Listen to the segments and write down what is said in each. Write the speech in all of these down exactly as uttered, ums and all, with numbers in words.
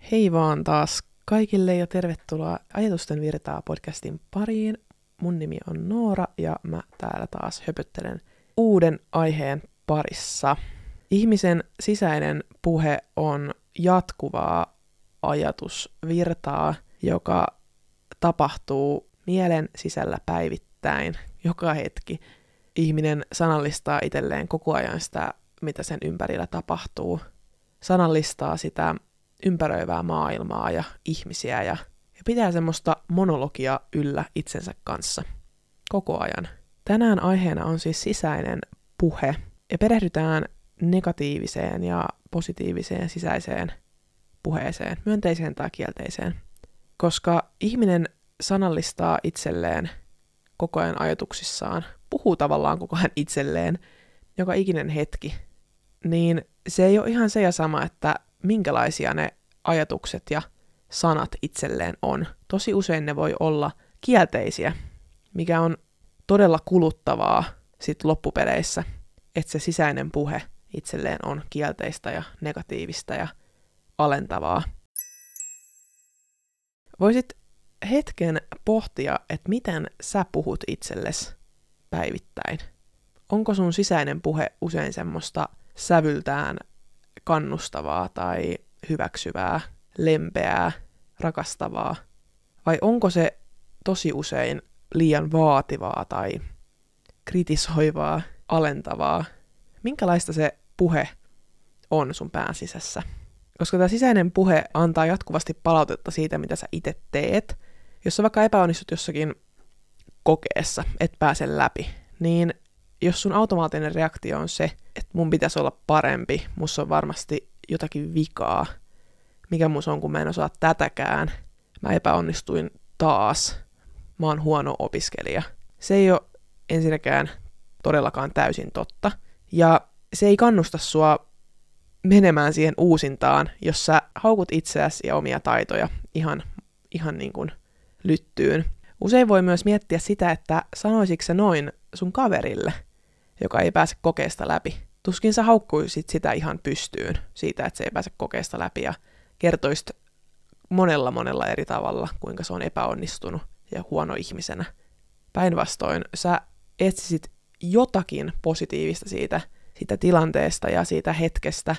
Hei vaan taas kaikille ja tervetuloa Ajatusten virtaa podcastin pariin. Mun nimi on Noora ja mä täällä taas höpöttelen uuden aiheen parissa. Ihmisen sisäinen puhe on jatkuvaa ajatusvirtaa, joka tapahtuu mielen sisällä päivittäin, joka hetki. Ihminen sanallistaa itselleen koko ajan sitä, mitä sen ympärillä tapahtuu. Sanallistaa sitä ympäröivää maailmaa ja ihmisiä ja, ja pitää semmoista monologia yllä itsensä kanssa koko ajan. Tänään aiheena on siis sisäinen puhe ja perehdytään negatiiviseen ja positiiviseen sisäiseen puheeseen, myönteiseen tai kielteiseen, koska ihminen sanallistaa itselleen koko ajan ajatuksissaan, puhuu tavallaan koko ajan itselleen joka ikinen hetki, niin se ei ole ihan se ja sama, että minkälaisia ne ajatukset ja sanat itselleen on. Tosi usein ne voi olla kielteisiä, mikä on todella kuluttavaa sit loppupeleissä, että se sisäinen puhe itselleen on kielteistä ja negatiivista ja alentavaa. Voisit hetken pohtia, että miten sä puhut itsellesi päivittäin. Onko sun sisäinen puhe usein semmoista sävyltään kannustavaa tai hyväksyvää, lempeää, rakastavaa? Vai onko se tosi usein liian vaativaa tai kritisoivaa, alentavaa? Minkälaista se puhe on sun pään sisässä? Koska tämä sisäinen puhe antaa jatkuvasti palautetta siitä, mitä sä itse teet. Jos sä vaikka epäonnistut jossakin kokeessa, et pääse läpi, niin jos sun automaattinen reaktio on se, että mun pitäisi olla parempi, musta on varmasti jotakin vikaa, mikä mus on, kun mä en osaa tätäkään, mä epäonnistuin taas, mä oon huono opiskelija. Se ei ole ensinnäkään todellakaan täysin totta, ja se ei kannusta sua menemään siihen uusintaan, jos sä haukut itseäsi ja omia taitoja ihan, ihan niin kuin lyttyyn. Usein voi myös miettiä sitä, että sanoisitko sä noin sun kaverille, joka ei pääse kokeesta läpi. Tuskin sä haukkuisit sitä ihan pystyyn siitä, että se ei pääse kokeesta läpi ja kertoisit monella monella eri tavalla, kuinka se on epäonnistunut ja huono ihmisenä. Päinvastoin sä etsisit jotakin positiivista siitä, siitä tilanteesta ja siitä hetkestä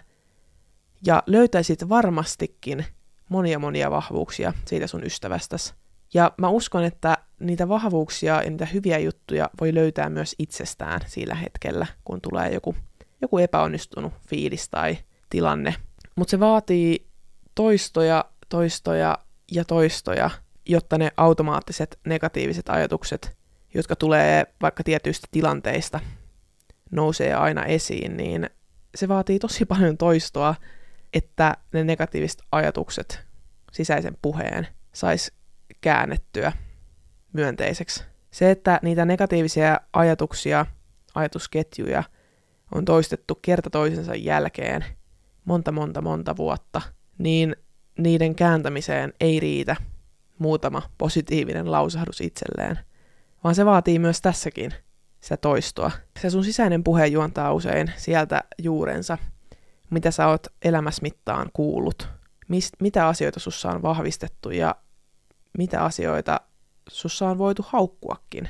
ja löytäisit varmastikin monia monia vahvuuksia siitä sun ystävästäsi. Ja mä uskon, että niitä vahvuuksia ja niitä hyviä juttuja voi löytää myös itsestään sillä hetkellä, kun tulee joku, joku epäonnistunut fiilis tai tilanne. Mutta se vaatii toistoja, toistoja ja toistoja, jotta ne automaattiset negatiiviset ajatukset, jotka tulee vaikka tietyistä tilanteista, nousee aina esiin, niin se vaatii tosi paljon toistoa, että ne negatiiviset ajatukset sisäisen puheen sais käännettyä myönteiseksi. Se, että niitä negatiivisia ajatuksia, ajatusketjuja on toistettu kerta toisensa jälkeen monta, monta, monta vuotta, niin niiden kääntämiseen ei riitä muutama positiivinen lausahdus itselleen, vaan se vaatii myös tässäkin sitä toistoa. Se sun sisäinen puhe juontaa usein sieltä juurensa, mitä sä oot elämässä mittaan kuullut, mist, mitä asioita sussa on vahvistettu ja mitä asioita sussa on voitu haukkuakin.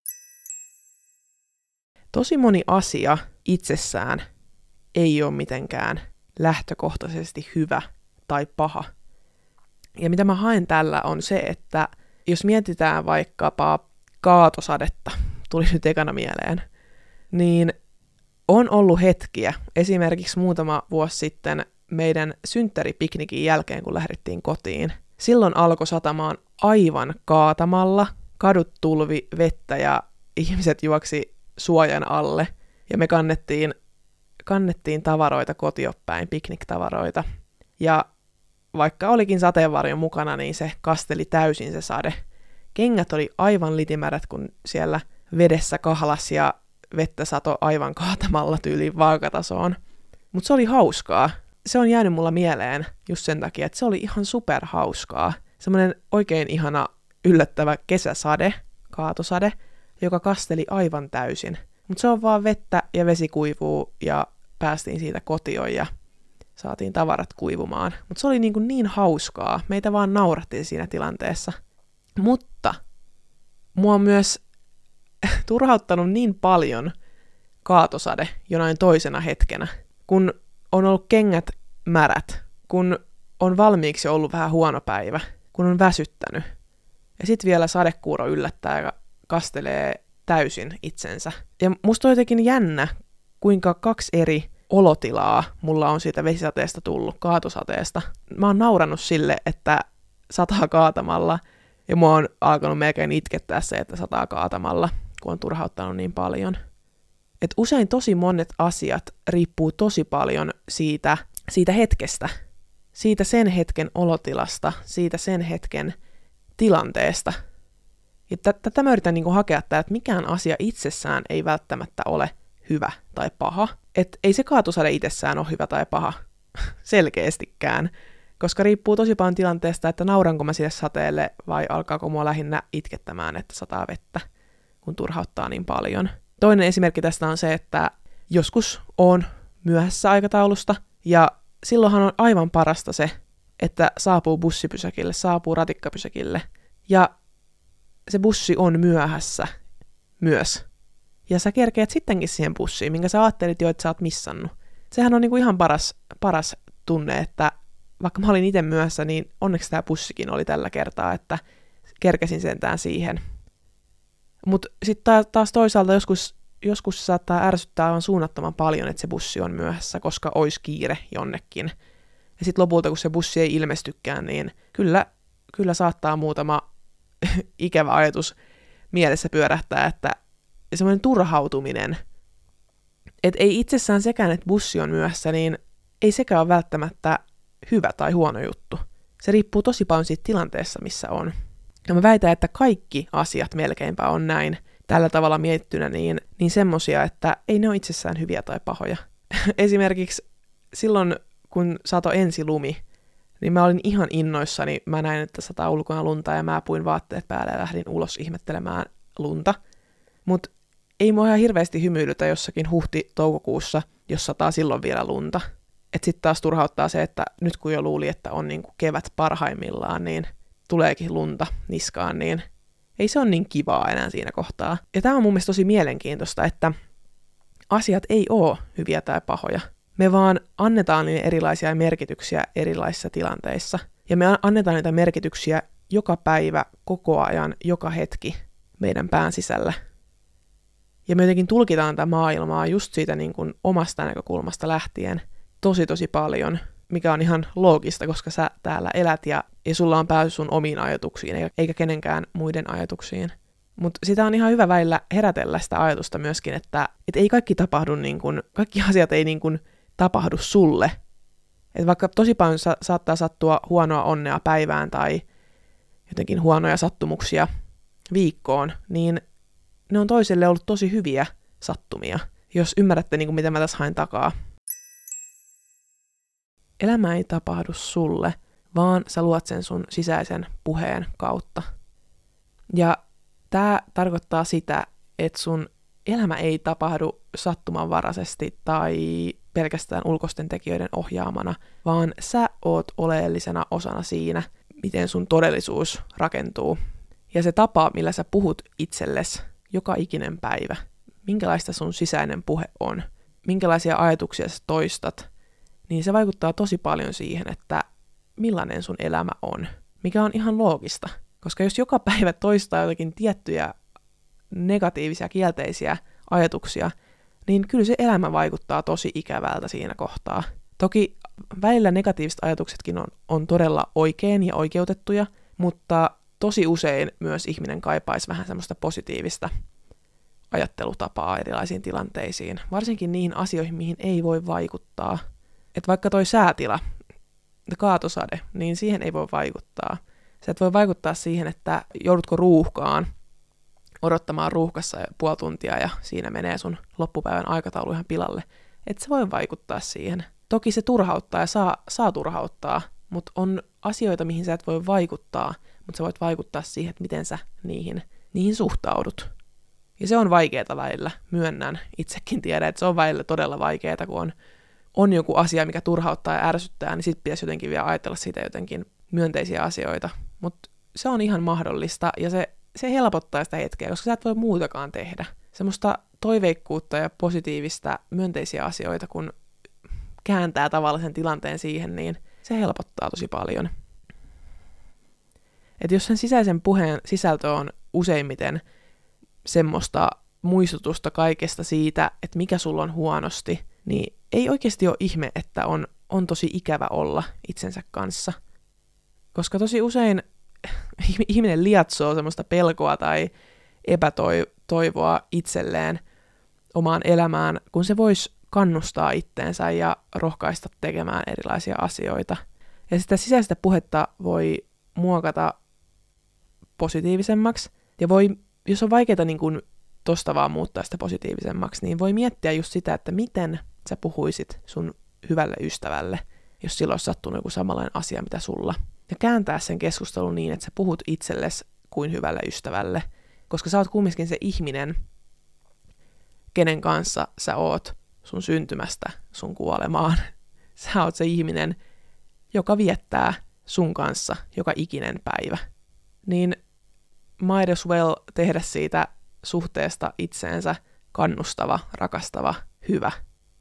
Tosi moni asia itsessään ei ole mitenkään lähtökohtaisesti hyvä tai paha. Ja mitä mä haen tällä on se, että jos mietitään vaikkapa kaatosadetta, tuli nyt ekana mieleen, niin on ollut hetkiä, esimerkiksi muutama vuosi sitten meidän synttäripiknikin jälkeen, kun lähdettiin kotiin. Silloin alkoi satamaan aivan kaatamalla, kadut tulvi vettä ja ihmiset juoksi suojan alle. Ja me kannettiin, kannettiin tavaroita kotiopäin, pikniktavaroita. Ja vaikka olikin sateenvarjo mukana, niin se kasteli täysin se sade. Kengät oli aivan litimärät, kun siellä vedessä kahlas ja vettä sato aivan kaatamalla tyyliin vaakatasoon. Mutta se oli hauskaa. Se on jäänyt mulla mieleen just sen takia, että se oli ihan superhauskaa. Semmoinen oikein ihana yllättävä kesäsade, kaatosade, joka kasteli aivan täysin. Mutta se on vaan vettä ja vesi kuivuu ja päästiin siitä kotioon ja saatiin tavarat kuivumaan. Mutta se oli niin, kuin niin hauskaa. Meitä vaan naurattiin siinä tilanteessa. Mutta mua on myös turhauttanut niin paljon kaatosade jonain toisena hetkenä, kun on ollut kengät märät, kun on valmiiksi ollut vähän huono päivä, kun on väsyttänyt. Ja sitten vielä sadekuuro yllättää ja kastelee täysin itsensä. Ja musta on jotenkin jännä, kuinka kaksi eri olotilaa mulla on siitä vesisateesta tullut, kaatosateesta. Mä oon naurannut sille, että sataa kaatamalla, ja mua on alkanut melkein itkettää se, että sataa kaatamalla, kun on turhauttanut niin paljon. Et usein tosi monet asiat riippuu tosi paljon siitä, siitä hetkestä, siitä sen hetken olotilasta, siitä sen hetken tilanteesta. Ja t- tätä mä yritän niinku hakea täällä, että mikään asia itsessään ei välttämättä ole hyvä tai paha. Että ei se kaatosade itsessään ole hyvä tai paha, selkeästikään. Koska riippuu tosi paljon tilanteesta, että nauranko mä sille sateelle vai alkaako mua lähinnä itkettämään, että sataa vettä, kun turhauttaa niin paljon. Toinen esimerkki tästä on se, että joskus on myöhässä aikataulusta, ja silloinhan on aivan parasta se, että saapuu bussipysäkille, saapuu ratikkapysäkille, ja se bussi on myöhässä myös. Ja sä kerkeät sittenkin siihen bussiin, minkä sä ajattelit jo, että sä oot missannut. Sehän on niinku ihan paras, paras tunne, että vaikka mä olin itse myöhässä, niin onneksi tämä bussikin oli tällä kertaa, että kerkesin sentään siihen. Mutta sitten taas toisaalta joskus, joskus saattaa ärsyttää aivan suunnattoman paljon, että se bussi on myöhässä, koska olisi kiire jonnekin. Ja sitten lopulta, kun se bussi ei ilmestykään, niin kyllä, kyllä saattaa muutama ikävä ajatus mielessä pyörähtää, että semmoinen turhautuminen, että ei itsessään sekään, että bussi on myöhässä, niin ei sekään ole välttämättä hyvä tai huono juttu. Se riippuu tosi paljon siitä tilanteessa, missä on. Ja mä väitän, että kaikki asiat melkeinpä on näin tällä tavalla mietittynä niin, niin semmosia, että ei ne ole itsessään hyviä tai pahoja. Esimerkiksi silloin, kun sato ensi lumi, niin mä olin ihan innoissani. Mä näin, että sataa ulkona lunta ja mä puin vaatteet päälle ja lähdin ulos ihmettelemään lunta. Mut ei mua ihan hirveästi hymyilytä jossakin huhti-toukokuussa, jos sataa silloin vielä lunta. Et sit taas turhauttaa se, että nyt kun jo luuli, että on niinku kevät parhaimmillaan, niin tuleekin lunta niskaan, niin ei se ole niin kivaa enää siinä kohtaa. Ja tää on mun mielestä tosi mielenkiintoista, että asiat ei oo hyviä tai pahoja. Me vaan annetaan niille erilaisia merkityksiä erilaisissa tilanteissa. Ja me annetaan niitä merkityksiä joka päivä, koko ajan, joka hetki meidän pään sisällä. Ja me jotenkin tulkitaan tätä maailmaa just siitä niin kuin omasta näkökulmasta lähtien tosi tosi paljon, mikä on ihan loogista, koska sä täällä elät ja, ja sulla on pääsy sun omiin ajatuksiin, eikä, eikä kenenkään muiden ajatuksiin. Mutta sitä on ihan hyvä välillä herätellä sitä ajatusta myöskin, että et ei kaikki tapahdu niin kuin, kaikki asiat ei niin kuin tapahdu sulle. Et vaikka tosi paljon sa- saattaa sattua huonoa onnea päivään tai jotenkin huonoja sattumuksia viikkoon, niin ne on toiselle ollut tosi hyviä sattumia, jos ymmärrätte, niin kuin mitä mä tässä hain takaa. Elämä ei tapahdu sulle, vaan sä luot sen sun sisäisen puheen kautta. Ja tää tarkoittaa sitä, että sun elämä ei tapahdu sattumanvaraisesti tai pelkästään ulkoisten tekijöiden ohjaamana, vaan sä oot oleellisena osana siinä, miten sun todellisuus rakentuu. Ja se tapa, millä sä puhut itsellesi joka ikinen päivä, minkälaista sun sisäinen puhe on, minkälaisia ajatuksia sä toistat, niin se vaikuttaa tosi paljon siihen, että millainen sun elämä on, mikä on ihan loogista. Koska jos joka päivä toistaa jotakin tiettyjä negatiivisia, kielteisiä ajatuksia, niin kyllä se elämä vaikuttaa tosi ikävältä siinä kohtaa. Toki välillä negatiiviset ajatuksetkin on, on todella oikein ja oikeutettuja, mutta tosi usein myös ihminen kaipaisi vähän semmoista positiivista ajattelutapaa erilaisiin tilanteisiin, varsinkin niihin asioihin, mihin ei voi vaikuttaa. Että vaikka toi säätila, kaatosade, niin siihen ei voi vaikuttaa. Sä et voi vaikuttaa siihen, että joudutko ruuhkaan, odottamaan ruuhkassa puoli tuntia ja siinä menee sun loppupäivän aikataulu ihan pilalle. Et sä voi vaikuttaa siihen. Toki se turhauttaa ja saa, saa turhauttaa, mutta on asioita, mihin sä et voi vaikuttaa, mutta sä voit vaikuttaa siihen, että miten sä niihin, niihin suhtaudut. Ja se on vaikeaa välillä, myönnän. Itsekin tiedän, että se on välillä todella vaikeaa, kun on, on joku asia, mikä turhauttaa ja ärsyttää, niin sitten pitäisi jotenkin vielä ajatella siitä jotenkin myönteisiä asioita. Mutta se on ihan mahdollista, ja se, se helpottaa sitä hetkeä, koska sä et voi muutakaan tehdä. Semmoista toiveikkuutta ja positiivista myönteisiä asioita, kun kääntää tavallaan sen tilanteen siihen, niin se helpottaa tosi paljon. Et jos sen sisäisen puheen sisältö on useimmiten semmoista muistutusta kaikesta siitä, että mikä sulla on huonosti, niin ei oikeasti ole ihme, että on, on tosi ikävä olla itsensä kanssa. Koska tosi usein ihminen liatsoo semmoista pelkoa tai epätoivoa itselleen omaan elämään, kun se voisi kannustaa itteensä ja rohkaista tekemään erilaisia asioita. Ja sitä sisäistä puhetta voi muokata positiivisemmaksi, ja voi, jos on vaikeaa niin kuin tosta vaan muuttaa sitä positiivisemmaksi, niin voi miettiä just sitä, että miten sä puhuisit sun hyvälle ystävälle, jos silloin olisi sattunut joku samanlainen asia, mitä sulla. Ja kääntää sen keskustelun niin, että sä puhut itsellesi kuin hyvälle ystävälle, koska sä oot kumminkin se ihminen, kenen kanssa sä oot sun syntymästä sun kuolemaan. Sä oot se ihminen, joka viettää sun kanssa joka ikinen päivä. Niin might as well tehdä siitä suhteesta itseensä kannustava, rakastava, hyvä.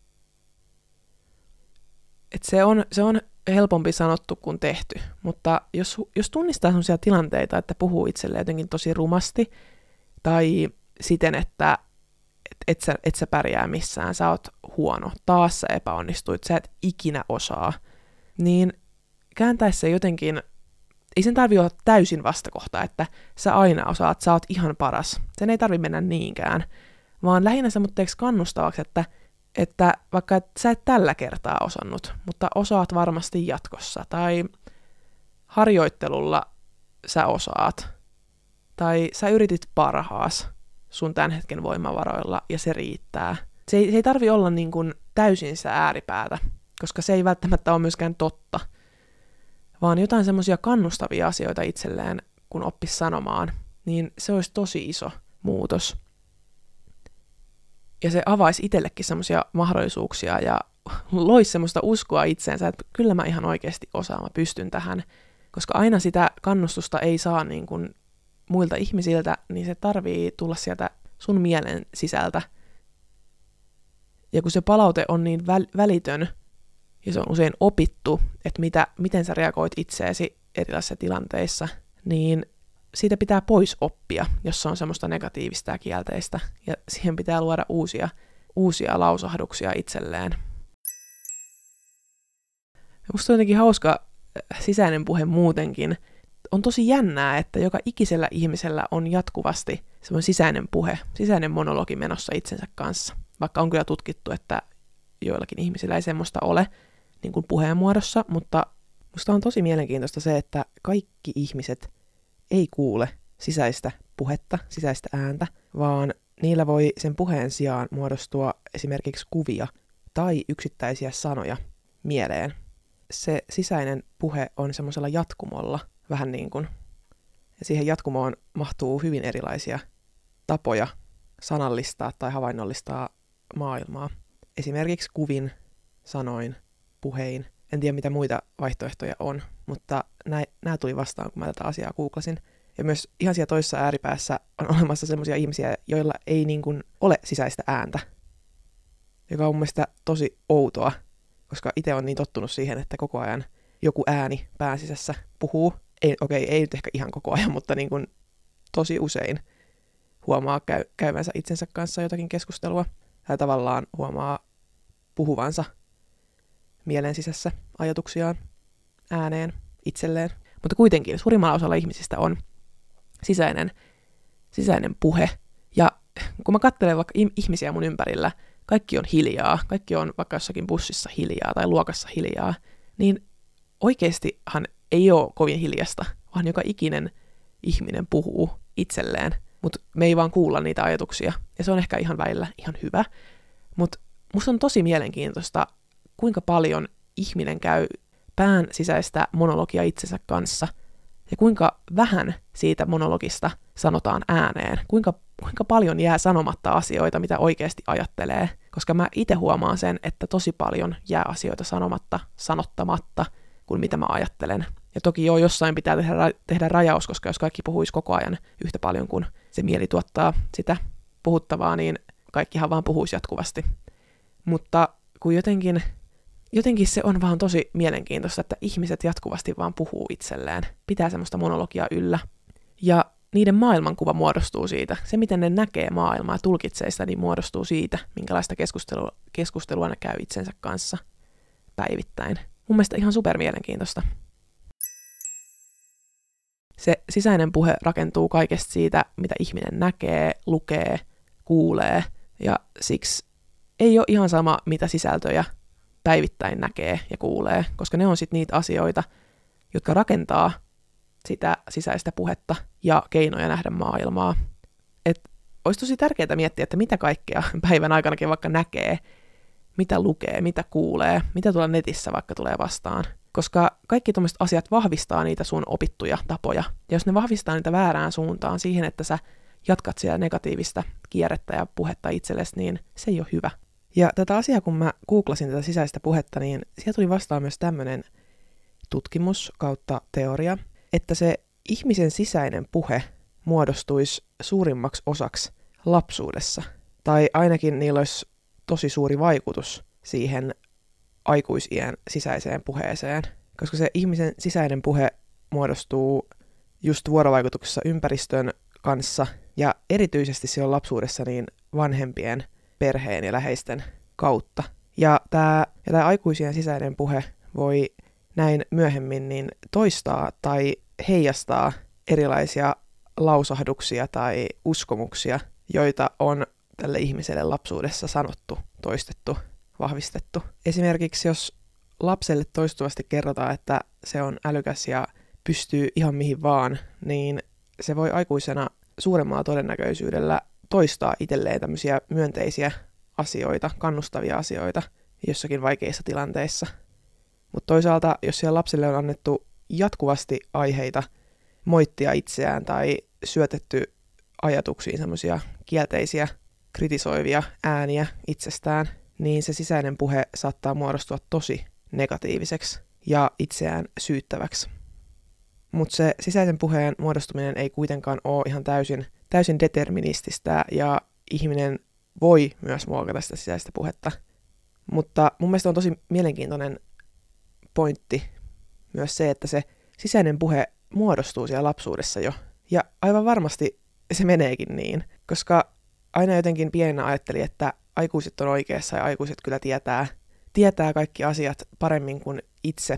Et se on, se on helpompi sanottu kuin tehty, mutta jos, jos tunnistaa sellaisia tilanteita, että puhuu itselleen jotenkin tosi rumasti, tai siten, että et, et, sä, et sä pärjää missään, sä oot huono, taas sä epäonnistuit, sä et ikinä osaa, niin kääntäisi se jotenkin, ei sen tarvitse olla täysin vastakohta, että sä aina osaat, sä oot ihan paras. Sen ei tarvitse mennä niinkään, vaan lähinnä se mut teeksi kannustavaksi, että, että vaikka et, sä et tällä kertaa osannut, mutta osaat varmasti jatkossa, tai harjoittelulla sä osaat, tai sä yritit parhaas sun tämän hetken voimavaroilla, ja se riittää. Se ei, se ei tarvitse olla niin kuin täysin sitä ääripäätä, koska se ei välttämättä ole myöskään totta, vaan jotain semmoisia kannustavia asioita itselleen, kun oppisi sanomaan, niin se olisi tosi iso muutos. Ja se avaisi itsellekin semmoisia mahdollisuuksia ja loisi semmoista uskoa itseensä, että kyllä mä ihan oikeasti osaan, mä pystyn tähän. Koska aina sitä kannustusta ei saa niin kuin muilta ihmisiltä, niin se tarvii tulla sieltä sun mielen sisältä. Ja kun se palaute on niin väl- välitön, ja se on usein opittu, että mitä, miten sä reagoit itseesi erilaisissa tilanteissa, niin siitä pitää pois oppia, jos se on semmoista negatiivista ja kielteistä. Ja siihen pitää luoda uusia, uusia lausahduksia itselleen. Musta on jotenkin hauska sisäinen puhe muutenkin. On tosi jännää, että joka ikisellä ihmisellä on jatkuvasti semmoinen sisäinen puhe, sisäinen monologi menossa itsensä kanssa. Vaikka on kyllä tutkittu, että joillakin ihmisillä ei semmoista ole niin kuin puheen muodossa, mutta musta on tosi mielenkiintoista se, että kaikki ihmiset ei kuule sisäistä puhetta, sisäistä ääntä, vaan niillä voi sen puheen sijaan muodostua esimerkiksi kuvia tai yksittäisiä sanoja mieleen. Se sisäinen puhe on semmoisella jatkumolla, vähän niin kuin, ja siihen jatkumoon mahtuu hyvin erilaisia tapoja sanallistaa tai havainnollistaa maailmaa. Esimerkiksi kuvin, sanoin, puhein. En tiedä, mitä muita vaihtoehtoja on, mutta nämä tuli vastaan, kun mä tätä asiaa googlasin. Ja myös ihan siellä toisessa ääripäässä on olemassa sellaisia ihmisiä, joilla ei niin kuin ole sisäistä ääntä, joka on mun mielestä tosi outoa, koska itse on niin tottunut siihen, että koko ajan joku ääni pään sisässä puhuu. Ei, okei, ei nyt ehkä ihan koko ajan, mutta niin kuin tosi usein huomaa käy, käyvänsä itsensä kanssa jotakin keskustelua. Tai tavallaan huomaa puhuvansa mielen sisässä ajatuksiaan ääneen itselleen. Mutta kuitenkin suurimmalla osalla ihmisistä on sisäinen, sisäinen puhe. Ja kun mä katselen vaikka ihmisiä mun ympärillä, kaikki on hiljaa, kaikki on vaikka jossakin bussissa hiljaa tai luokassa hiljaa, niin oikeastihan ei ole kovin hiljasta, vaan joka ikinen ihminen puhuu itselleen, mutta me ei vaan kuulla niitä ajatuksia. Ja se on ehkä ihan välillä ihan hyvä. Mutta musta on tosi mielenkiintoista, kuinka paljon ihminen käy pään sisäistä monologia itsensä kanssa, ja kuinka vähän siitä monologista sanotaan ääneen, kuinka, kuinka paljon jää sanomatta asioita, mitä oikeasti ajattelee, koska mä itse huomaan sen, että tosi paljon jää asioita sanomatta, sanottamatta, kuin mitä mä ajattelen. Ja toki joo, jossain pitää tehdä, tehdä rajaus, koska jos kaikki puhuisi koko ajan yhtä paljon kuin se mieli tuottaa sitä puhuttavaa, niin kaikkihan vaan puhuisi jatkuvasti. Mutta kun jotenkin, jotenkin se on vaan tosi mielenkiintoista, että ihmiset jatkuvasti vaan puhuu itselleen, pitää semmoista monologiaa yllä. Ja niiden maailmankuva muodostuu siitä. Se, miten ne näkee maailmaa ja tulkitsee sitä, niin muodostuu siitä, minkälaista keskustelua, keskustelua ne käy itsensä kanssa päivittäin. Mun mielestä ihan supermielenkiintoista. Se sisäinen puhe rakentuu kaikesta siitä, mitä ihminen näkee, lukee, kuulee, ja siksi ei ole ihan sama, mitä sisältöjä päivittäin näkee ja kuulee, koska ne on sitten niitä asioita, jotka rakentaa sitä sisäistä puhetta ja keinoja nähdä maailmaa. Et olisi tosi tärkeää miettiä, että mitä kaikkea päivän aikanakin vaikka näkee, mitä lukee, mitä kuulee, mitä tuolla netissä vaikka tulee vastaan. Koska kaikki tuommoiset asiat vahvistaa niitä sun opittuja tapoja. Ja jos ne vahvistaa niitä väärään suuntaan siihen, että sä jatkat siellä negatiivista kierrettä ja puhetta itsellesi, niin se ei ole hyvä. Ja tätä asiaa, kun mä googlasin tätä sisäistä puhetta, niin siellä tuli vastaan myös tämmöinen tutkimus kautta teoria, että se ihmisen sisäinen puhe muodostuisi suurimmaksi osaksi lapsuudessa. Tai ainakin niillä olisi tosi suuri vaikutus siihen aikuisiän sisäiseen puheeseen, koska se ihmisen sisäinen puhe muodostuu just vuorovaikutuksessa ympäristön kanssa ja erityisesti silloin lapsuudessa niin vanhempien, perheen ja läheisten kautta. Ja tämä, ja tämä aikuisien sisäinen puhe voi näin myöhemmin niin toistaa tai heijastaa erilaisia lausahduksia tai uskomuksia, joita on tälle ihmiselle lapsuudessa sanottu, toistettu, vahvistettu. Esimerkiksi jos lapselle toistuvasti kerrotaan, että se on älykäs ja pystyy ihan mihin vaan, niin se voi aikuisena suuremmalla todennäköisyydellä toistaa itselleen tämmöisiä myönteisiä asioita, kannustavia asioita jossakin vaikeissa tilanteissa. Mutta toisaalta, jos siellä lapselle on annettu jatkuvasti aiheita moittia itseään tai syötetty ajatuksiin semmoisia kielteisiä, kritisoivia ääniä itsestään, niin se sisäinen puhe saattaa muodostua tosi negatiiviseksi ja itseään syyttäväksi. Mutta se sisäisen puheen muodostuminen ei kuitenkaan ole ihan täysin, täysin determinististä ja ihminen voi myös muokata sitä sisäistä puhetta. Mutta mun mielestä on tosi mielenkiintoinen pointti myös se, että se sisäinen puhe muodostuu siellä lapsuudessa jo. Ja aivan varmasti se meneekin niin, koska aina jotenkin pienenä ajattelin, että aikuiset on oikeassa ja aikuiset kyllä tietää, tietää kaikki asiat paremmin kuin itse.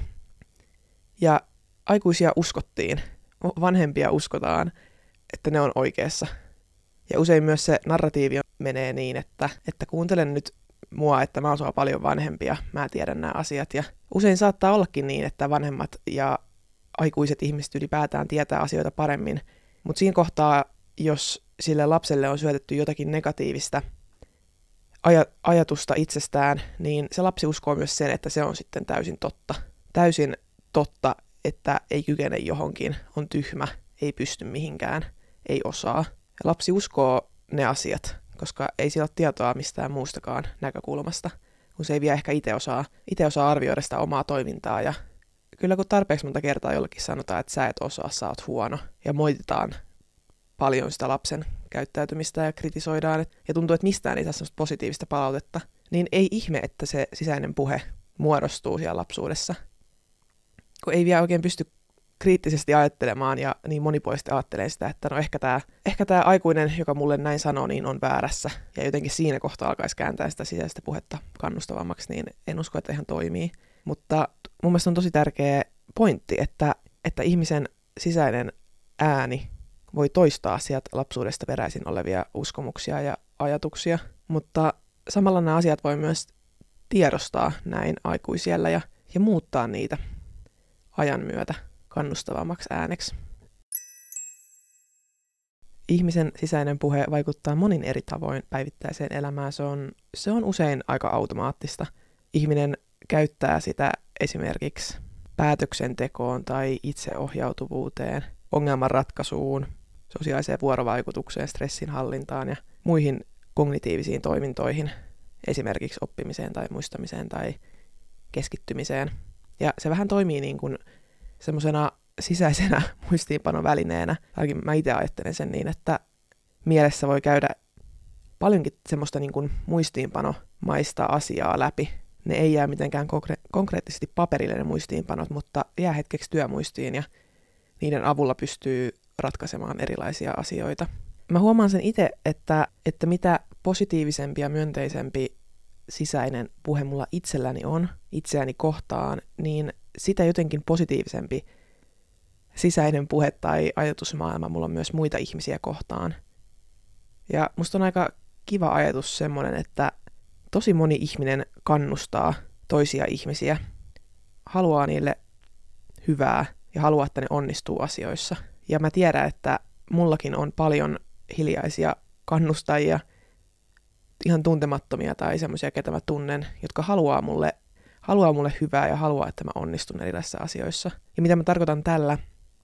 Ja aikuisia uskottiin, vanhempia uskotaan, että ne on oikeassa. Ja usein myös se narratiivi menee niin, että, että kuuntelen nyt mua, että mä oon sua paljon vanhempia, mä tiedän nämä asiat. Ja usein saattaa ollakin niin, että vanhemmat ja aikuiset ihmiset ylipäätään tietää asioita paremmin. Mutta siinä kohtaa, jos sille lapselle on syötetty jotakin negatiivista aj- ajatusta itsestään, niin se lapsi uskoo myös sen, että se on sitten täysin totta. Täysin totta, että ei kykene johonkin, on tyhmä, ei pysty mihinkään, ei osaa. Ja lapsi uskoo ne asiat, koska ei sillä ole tietoa mistään muustakaan näkökulmasta, kun se ei vielä ehkä itse osaa, itse osaa arvioida sitä omaa toimintaa. Ja kyllä kun tarpeeksi monta kertaa jollekin sanotaan, että sä et osaa, sä oot huono, ja moititaan paljon sitä lapsen käyttäytymistä ja kritisoidaan, ja tuntuu, että mistään ei saa sellaista positiivista palautetta, niin ei ihme, että se sisäinen puhe muodostuu siellä lapsuudessa. Kun ei vielä oikein pysty kriittisesti ajattelemaan ja niin monipuolisesti ajattelee sitä, että no ehkä tämä ehkä tää aikuinen, joka mulle näin sanoo, niin on väärässä. Ja jotenkin siinä kohtaa alkaisi kääntää sitä sisäistä puhetta kannustavammaksi, niin en usko, että ihan toimii. Mutta mun mielestä on tosi tärkeä pointti, että, että ihmisen sisäinen ääni voi toistaa sieltä lapsuudesta peräisin olevia uskomuksia ja ajatuksia. Mutta samalla nämä asiat voi myös tiedostaa näin aikuisiellä ja, ja muuttaa niitä ajan myötä kannustavammaksi ääneksi. Ihmisen sisäinen puhe vaikuttaa monin eri tavoin päivittäiseen elämään. Se on, se on usein aika automaattista. Ihminen käyttää sitä esimerkiksi päätöksentekoon tai itseohjautuvuuteen, ongelmanratkaisuun, sosiaaliseen vuorovaikutukseen, stressinhallintaan ja muihin kognitiivisiin toimintoihin, esimerkiksi oppimiseen tai muistamiseen tai keskittymiseen. Ja se vähän toimii niin kuin semmoisena sisäisenä muistiinpanovälineenä. Ainakin mä itse ajattelen sen niin, että mielessä voi käydä paljonkin semmoista niin kuin muistiinpanomaista asiaa läpi. Ne ei jää mitenkään konkre- konkreettisesti paperille ne muistiinpanot, mutta jää hetkeksi työmuistiin ja niiden avulla pystyy ratkaisemaan erilaisia asioita. Mä huomaan sen itse, että, että mitä positiivisempi ja myönteisempi sisäinen puhe mulla itselläni on, itseäni kohtaan, niin sitä jotenkin positiivisempi sisäinen puhe tai ajatusmaailma mulla on myös muita ihmisiä kohtaan. Ja musta on aika kiva ajatus semmoinen, että tosi moni ihminen kannustaa toisia ihmisiä, haluaa niille hyvää ja haluaa, että ne onnistuu asioissa. Ja mä tiedän, että mullakin on paljon hiljaisia kannustajia, ihan tuntemattomia tai semmoisia, ketä mä tunnen, jotka haluaa mulle, haluaa mulle hyvää ja haluaa, että mä onnistun erilaisissa asioissa. Ja mitä mä tarkoitan tällä,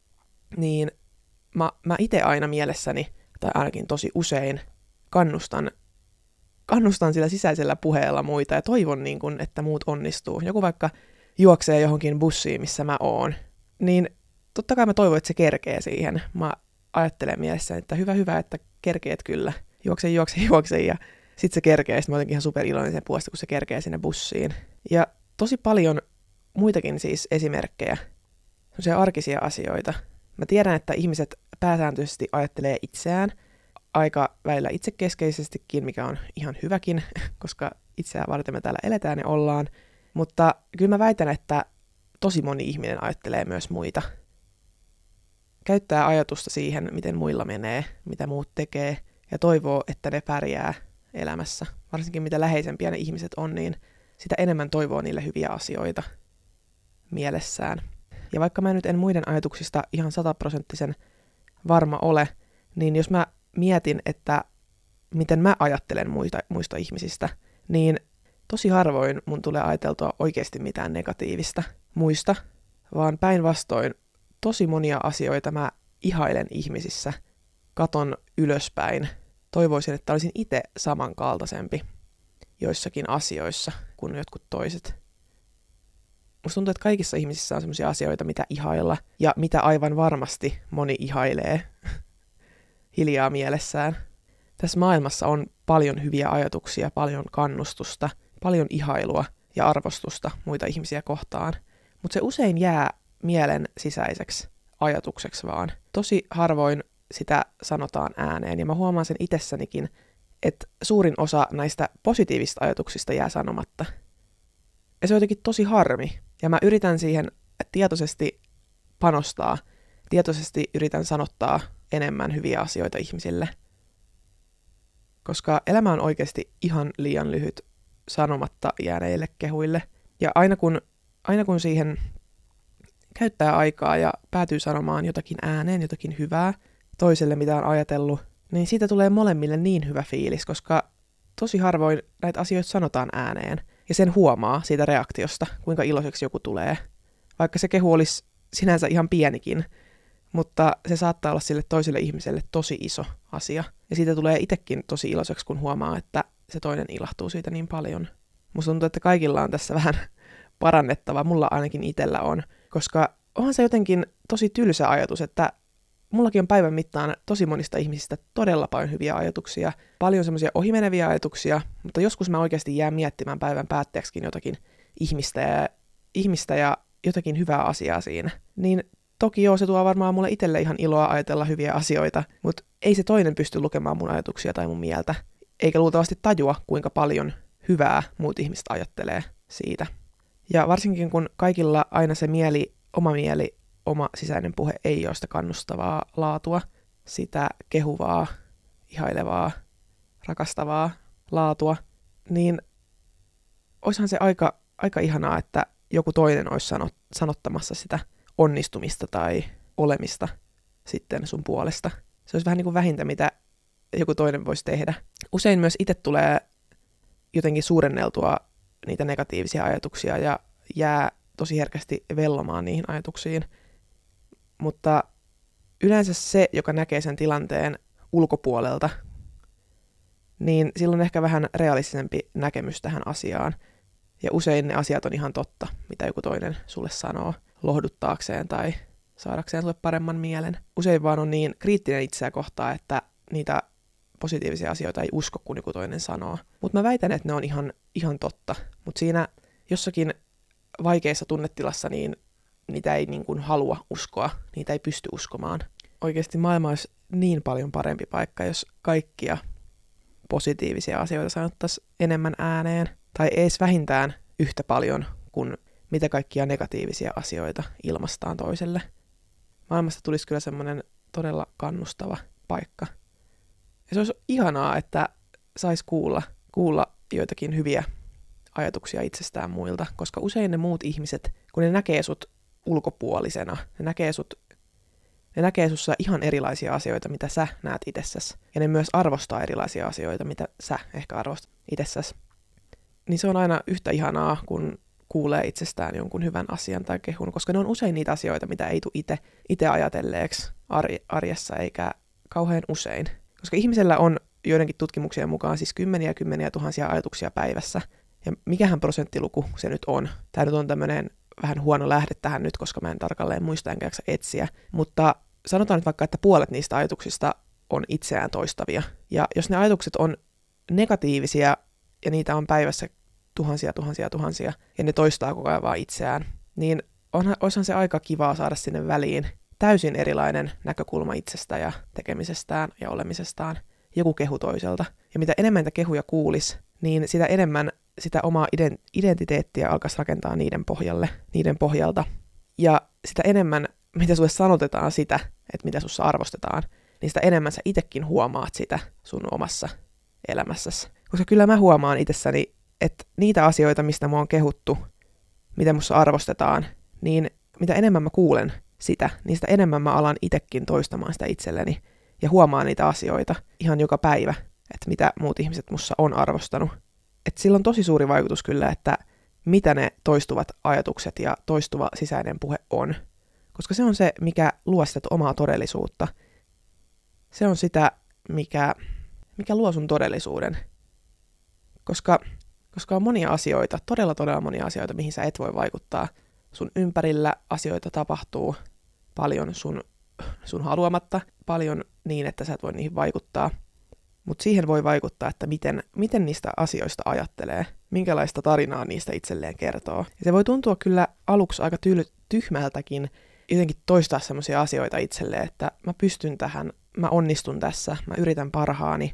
niin mä, mä itse aina mielessäni, tai ainakin tosi usein, kannustan, kannustan sillä sisäisellä puheella muita ja toivon, niin kun, että muut onnistuu. Joku vaikka juoksee johonkin bussiin, missä mä oon, niin totta kai mä toivon, että se kerkee siihen. Mä ajattelen mielessäni, että hyvä, hyvä, että kerkeet kyllä. Juokse, juokse, juokse ja sit se kerkee. Sitten mä olenkin ihan superiloinen sen puolesta, kun se kerkee sinne bussiin. Ja tosi paljon muitakin siis esimerkkejä, sellaisia arkisia asioita. Mä tiedän, että ihmiset pääsääntöisesti ajattelee itseään aika välillä itsekeskeisestikin, mikä on ihan hyväkin, koska itseään varten me täällä eletään ja ollaan. Mutta kyllä mä väitän, että tosi moni ihminen ajattelee myös muita. Käyttää ajatusta siihen, miten muilla menee, mitä muut tekee, ja toivoo, että ne pärjää elämässä. Varsinkin mitä läheisempiä ne ihmiset on, niin sitä enemmän toivoo niille hyviä asioita mielessään. Ja vaikka mä nyt en muiden ajatuksista ihan sataprosenttisen varma ole, niin jos mä mietin, että miten mä ajattelen muista, muista ihmisistä, niin tosi harvoin mun tulee ajateltua oikeasti mitään negatiivista muista, vaan päinvastoin tosi monia asioita mä ihailen ihmisissä, katon ylöspäin, toivoisin, että olisin itse samankaltaisempi joissakin asioissa kuin jotkut toiset. Musta tuntuu, että kaikissa ihmisissä on sellaisia asioita, mitä ihailla, ja mitä aivan varmasti moni ihailee hiljaa mielessään. Tässä maailmassa on paljon hyviä ajatuksia, paljon kannustusta, paljon ihailua ja arvostusta muita ihmisiä kohtaan, mutta se usein jää mielen sisäiseksi ajatukseksi vaan. Tosi harvoin sitä sanotaan ääneen, ja mä huomaan sen itsessänikin, että suurin osa näistä positiivista ajatuksista jää sanomatta. Ja se on jotenkin tosi harmi, ja mä yritän siihen tietoisesti panostaa, tietoisesti yritän sanottaa enemmän hyviä asioita ihmisille. Koska elämä on oikeasti ihan liian lyhyt sanomatta jääneille kehuille. Ja aina kun, aina kun siihen käyttää aikaa ja päätyy sanomaan jotakin ääneen, jotakin hyvää toiselle, mitä on ajatellut, niin siitä tulee molemmille niin hyvä fiilis, koska tosi harvoin näitä asioita sanotaan ääneen. Ja sen huomaa siitä reaktiosta, kuinka iloiseksi joku tulee. Vaikka se kehu olisi sinänsä ihan pienikin, mutta se saattaa olla sille toiselle ihmiselle tosi iso asia. Ja siitä tulee itsekin tosi iloiseksi, kun huomaa, että se toinen ilahtuu siitä niin paljon. Musta tuntuu, että kaikilla on tässä vähän parannettava, mulla ainakin itsellä on, koska onhan se jotenkin tosi tylsä ajatus, että mullakin on päivän mittaan tosi monista ihmisistä todella paljon hyviä ajatuksia, paljon semmoisia ohimeneviä ajatuksia, mutta joskus mä oikeasti jään miettimään päivän päätteeksikin jotakin ihmistä ja, ihmistä ja jotakin hyvää asiaa siinä. Niin toki joo, se tuo varmaan mulle itselle ihan iloa ajatella hyviä asioita, mutta ei se toinen pysty lukemaan mun ajatuksia tai mun mieltä, eikä luultavasti tajua, kuinka paljon hyvää muut ihmiset ajattelee siitä. Ja varsinkin kun kaikilla aina se mieli, oma mieli, oma sisäinen puhe ei ole sitä kannustavaa laatua, sitä kehuvaa, ihailevaa, rakastavaa laatua, niin olisihan se aika, aika ihanaa, että joku toinen olisi sanot, sanottamassa sitä onnistumista tai olemista sitten sun puolesta. Se olisi vähän niin kuin vähintä, mitä joku toinen voisi tehdä. Usein myös itse tulee jotenkin suurenneltua niitä negatiivisia ajatuksia ja jää tosi herkästi vellomaan niihin ajatuksiin. Mutta yleensä se, joka näkee sen tilanteen ulkopuolelta, niin silloin ehkä vähän realistisempi näkemys tähän asiaan. Ja usein ne asiat on ihan totta, mitä joku toinen sulle sanoo lohduttaakseen tai saadakseen sulle paremman mielen. Usein vaan on niin kriittinen itseä kohtaan, että niitä positiivisia asioita ei usko, kun joku toinen sanoo. Mutta mä väitän, että ne on ihan, ihan totta. Mutta siinä jossakin vaikeassa tunnetilassa niin niitä ei niin kuin halua uskoa, niitä ei pysty uskomaan. Oikeasti maailma olisi niin paljon parempi paikka, jos kaikkia positiivisia asioita sanottaisiin enemmän ääneen. Tai edes vähintään yhtä paljon kuin mitä kaikkia negatiivisia asioita ilmastaan toiselle. Maailmasta tulisi kyllä semmoinen todella kannustava paikka. Ja se olisi ihanaa, että sais kuulla, kuulla joitakin hyviä ajatuksia itsestään muilta, koska usein ne muut ihmiset, kun ne näkee sut ulkopuolisena, ne näkee sut, ne näkee sussa ihan erilaisia asioita, mitä sä näet itsessäsi. Ja ne myös arvostaa erilaisia asioita, mitä sä ehkä arvostat itsessäsi. Niin se on aina yhtä ihanaa, kun kuulee itsestään jonkun hyvän asian tai kehun, koska ne on usein niitä asioita, mitä ei tule itse, itse ajatelleeksi arjessa, eikä kauhean usein. Koska ihmisellä on joidenkin tutkimuksien mukaan siis kymmeniä kymmeniä tuhansia ajatuksia päivässä. Ja mikähän prosenttiluku se nyt on? Tämä nyt on tämmöinen vähän huono lähde tähän nyt, koska mä en tarkalleen muista enkä jaksa etsiä. Mutta sanotaan nyt vaikka, että puolet niistä ajatuksista on itseään toistavia. Ja jos ne ajatukset on negatiivisia ja niitä on päivässä tuhansia, tuhansia, tuhansia, ja ne toistaa koko ajan vaan itseään, niin onhan, olisihan se aika kivaa saada sinne väliin täysin erilainen näkökulma itsestä ja tekemisestään ja olemisestaan, joku kehu toiselta. Ja mitä enemmän niitä kehuja kuulisi, niin sitä enemmän sitä omaa identiteettiä alkaisi rakentaa niiden pohjalle, niiden pohjalta. Ja sitä enemmän, mitä sulle sanotetaan sitä, että mitä sussa arvostetaan, niin sitä enemmän sä itsekin huomaat sitä sun omassa elämässäsi. Koska kyllä mä huomaan itsessäni, että niitä asioita, mistä mua on kehuttu, mitä musta arvostetaan, niin mitä enemmän mä kuulen sitä, niin sitä enemmän mä alan itsekin toistamaan sitä itselleni ja huomaan niitä asioita ihan joka päivä, että mitä muut ihmiset mussa on arvostanut. Että sillä on tosi suuri vaikutus kyllä, että mitä ne toistuvat ajatukset ja toistuva sisäinen puhe on. Koska se on se, mikä luo sitä omaa todellisuutta. Se on sitä, mikä, mikä luo sun todellisuuden. Koska, koska on monia asioita, todella todella monia asioita, mihin sä et voi vaikuttaa. Sun ympärillä asioita tapahtuu paljon sun, sun haluamatta, paljon niin, että sä et voi niihin vaikuttaa. Mutta siihen voi vaikuttaa, että miten, miten niistä asioista ajattelee, minkälaista tarinaa niistä itselleen kertoo. Ja se voi tuntua kyllä aluksi aika tyly- tyhmältäkin jotenkin toistaa sellaisia asioita itselleen, että mä pystyn tähän, mä onnistun tässä, mä yritän parhaani,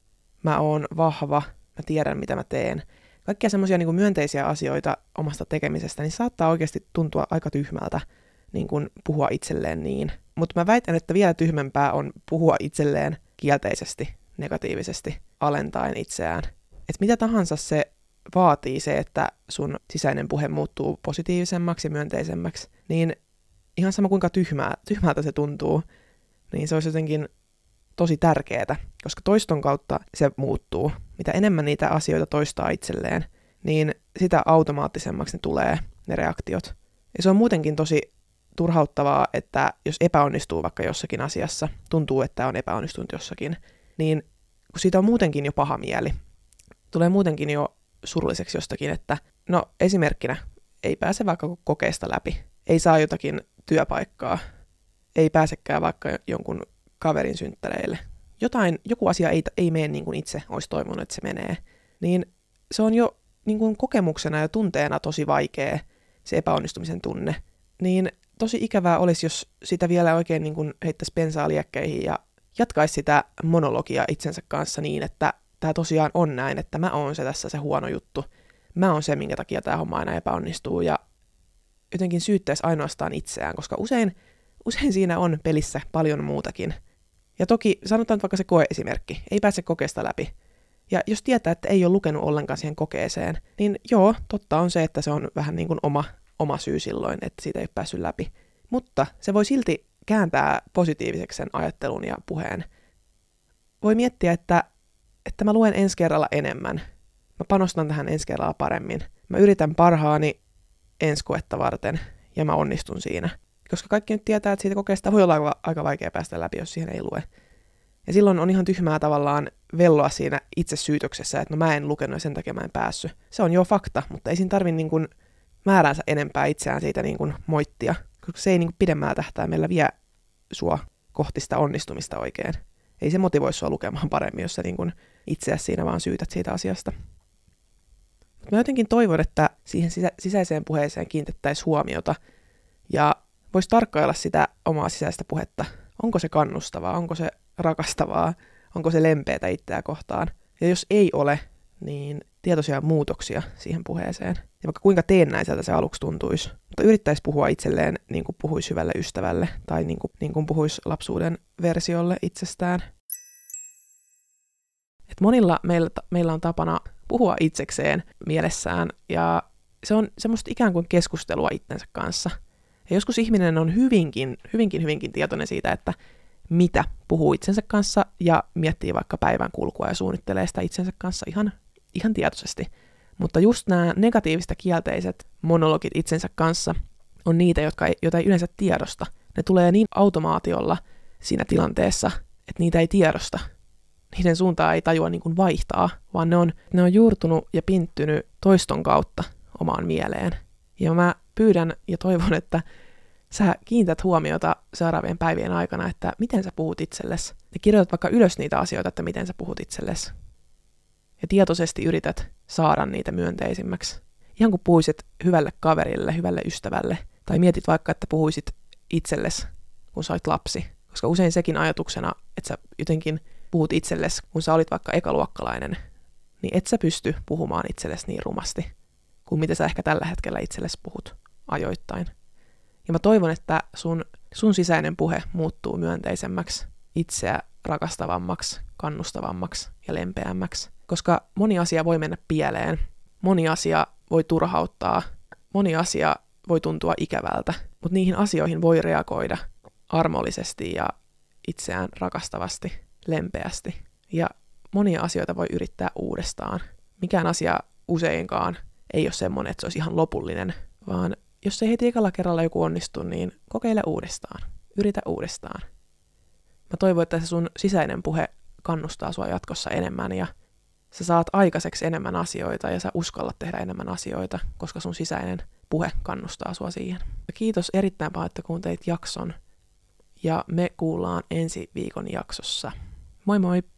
mä oon vahva, mä tiedän mitä mä teen. Kaikkia semmoisia niin kuin myönteisiä asioita omasta tekemisestä, niin saattaa oikeasti tuntua aika tyhmältä niin kuin puhua itselleen niin. Mutta mä väitän, että vielä tyhmempää on puhua itselleen kielteisesti, negatiivisesti, alentaen itseään. Että mitä tahansa se vaatii se, että sun sisäinen puhe muuttuu positiivisemmaksi ja myönteisemmäksi, niin ihan sama kuinka tyhmää, tyhmältä se tuntuu, niin se olisi jotenkin tosi tärkeää, koska toiston kautta se muuttuu. Mitä enemmän niitä asioita toistaa itselleen, niin sitä automaattisemmaksi ne tulee, ne reaktiot. Ja se on muutenkin tosi turhauttavaa, että jos epäonnistuu vaikka jossakin asiassa, tuntuu, että on epäonnistunut jossakin, niin kun siitä on muutenkin jo paha mieli, tulee muutenkin jo surulliseksi jostakin, että no esimerkkinä ei pääse vaikka kokeesta läpi, ei saa jotakin työpaikkaa, ei pääsekään vaikka jonkun kaverin synttäreille. Jotain, joku asia ei, ei mene niin kuin itse olisi toivonut, että se menee, niin se on jo niin kuin kokemuksena ja tunteena tosi vaikea, se epäonnistumisen tunne. Niin tosi ikävää olisi, jos sitä vielä oikein niin kuin heittäisi bensaa liekkeihin ja jatkaisi sitä monologia itsensä kanssa niin, että tämä tosiaan on näin, että mä oon se tässä se huono juttu. Mä oon se, minkä takia tämä homma aina epäonnistuu ja jotenkin syyttäisi ainoastaan itseään, koska usein, usein siinä on pelissä paljon muutakin. Ja toki sanotaan vaikka se koeesimerkki, ei pääse kokeesta läpi. Ja jos tietää, että ei ole lukenut ollenkaan siihen kokeeseen, niin joo, totta on se, että se on vähän niin kuin oma, oma syy silloin, että siitä ei ole päässyt läpi. Mutta se voi silti kääntää positiiviseksi sen ajattelun ja puheen. Voi miettiä, että, että mä luen ensi kerralla enemmän. Mä panostan tähän ensi kerralla paremmin. Mä yritän parhaani ensi koetta varten ja mä onnistun siinä. Koska kaikki nyt tietää, että siitä kokeesta voi olla aika, aika vaikea päästä läpi, jos siihen ei lue. Ja silloin on ihan tyhmää tavallaan velloa siinä itse syytöksessä, että no mä en lukenut ja sen takia mä en päässyt. Se on jo fakta, mutta ei siinä tarvitse niin kuin määräänsä enempää itseään siitä niin kuin moittia, koska se ei niin kuin pidemmällä tähtäimellä vie sua kohti sitä onnistumista oikein. Ei se motivoi sua lukemaan paremmin, jos sä niin kuin itseäsi siinä vaan syytät siitä asiasta. Mutta mä jotenkin toivon, että siihen sisä- sisäiseen puheeseen kiinnitettäisiin huomiota ja voisi tarkkailla sitä omaa sisäistä puhetta. Onko se kannustavaa, onko se rakastavaa, onko se lempeätä itseä kohtaan. Ja jos ei ole, niin tietoisia muutoksia siihen puheeseen. Ja vaikka kuinka teennäiseltä se aluksi tuntuisi, mutta yrittäisi puhua itselleen niin kuin puhuisi hyvälle ystävälle tai niin kuin, niin kuin puhuisi lapsuuden versiolle itsestään. Et monilla meillä, meillä on tapana puhua itsekseen mielessään ja se on semmoista ikään kuin keskustelua itsensä kanssa. Ja joskus ihminen on hyvinkin, hyvinkin, hyvinkin tietoinen siitä, että mitä puhuu itsensä kanssa ja miettii vaikka päivän kulkua ja suunnittelee sitä itsensä kanssa ihan, ihan tietoisesti. Mutta just nämä negatiiviset ja kielteiset monologit itsensä kanssa on niitä, jotka ei, joita ei yleensä tiedosta. Ne tulee niin automaatiolla siinä tilanteessa, että niitä ei tiedosta. Niiden suuntaa ei tajua niin kuin vaihtaa, vaan ne on, ne on juurtunut ja pinttynyt toiston kautta omaan mieleen. Ja mä pyydän ja toivon, että sä kiinnität huomiota seuraavien päivien aikana, että miten sä puhut itsellesi. Ja kirjoitat vaikka ylös niitä asioita, että miten sä puhut itsellesi. Ja tietoisesti yrität saada niitä myönteisimmäksi. Ihan kuin puhuisit hyvälle kaverille, hyvälle ystävälle. Tai mietit vaikka, että puhuisit itsellesi, kun sä olit lapsi. Koska usein sekin ajatuksena, että sä jotenkin puhut itsellesi, kun sä olit vaikka ekaluokkalainen, niin et sä pysty puhumaan itsellesi niin rumasti, kuin mitä sä ehkä tällä hetkellä itsellesi puhut ajoittain. Ja mä toivon, että sun, sun sisäinen puhe muuttuu myönteisemmäksi, itseä rakastavammaksi, kannustavammaksi ja lempeämmäksi. Koska moni asia voi mennä pieleen, moni asia voi turhauttaa, moni asia voi tuntua ikävältä, mutta niihin asioihin voi reagoida armollisesti ja itseään rakastavasti, lempeästi. Ja monia asioita voi yrittää uudestaan. Mikään asia useinkaan ei ole semmoinen, että se olisi ihan lopullinen, vaan jos ei heti ekalla kerralla joku onnistu, niin kokeile uudestaan. Yritä uudestaan. Mä toivon, että se sun sisäinen puhe kannustaa sua jatkossa enemmän ja sä saat aikaiseksi enemmän asioita ja sä uskallat tehdä enemmän asioita, koska sun sisäinen puhe kannustaa sua siihen. Ja kiitos erittäin paljon, että kuuntelit jakson ja me kuullaan ensi viikon jaksossa. Moi moi!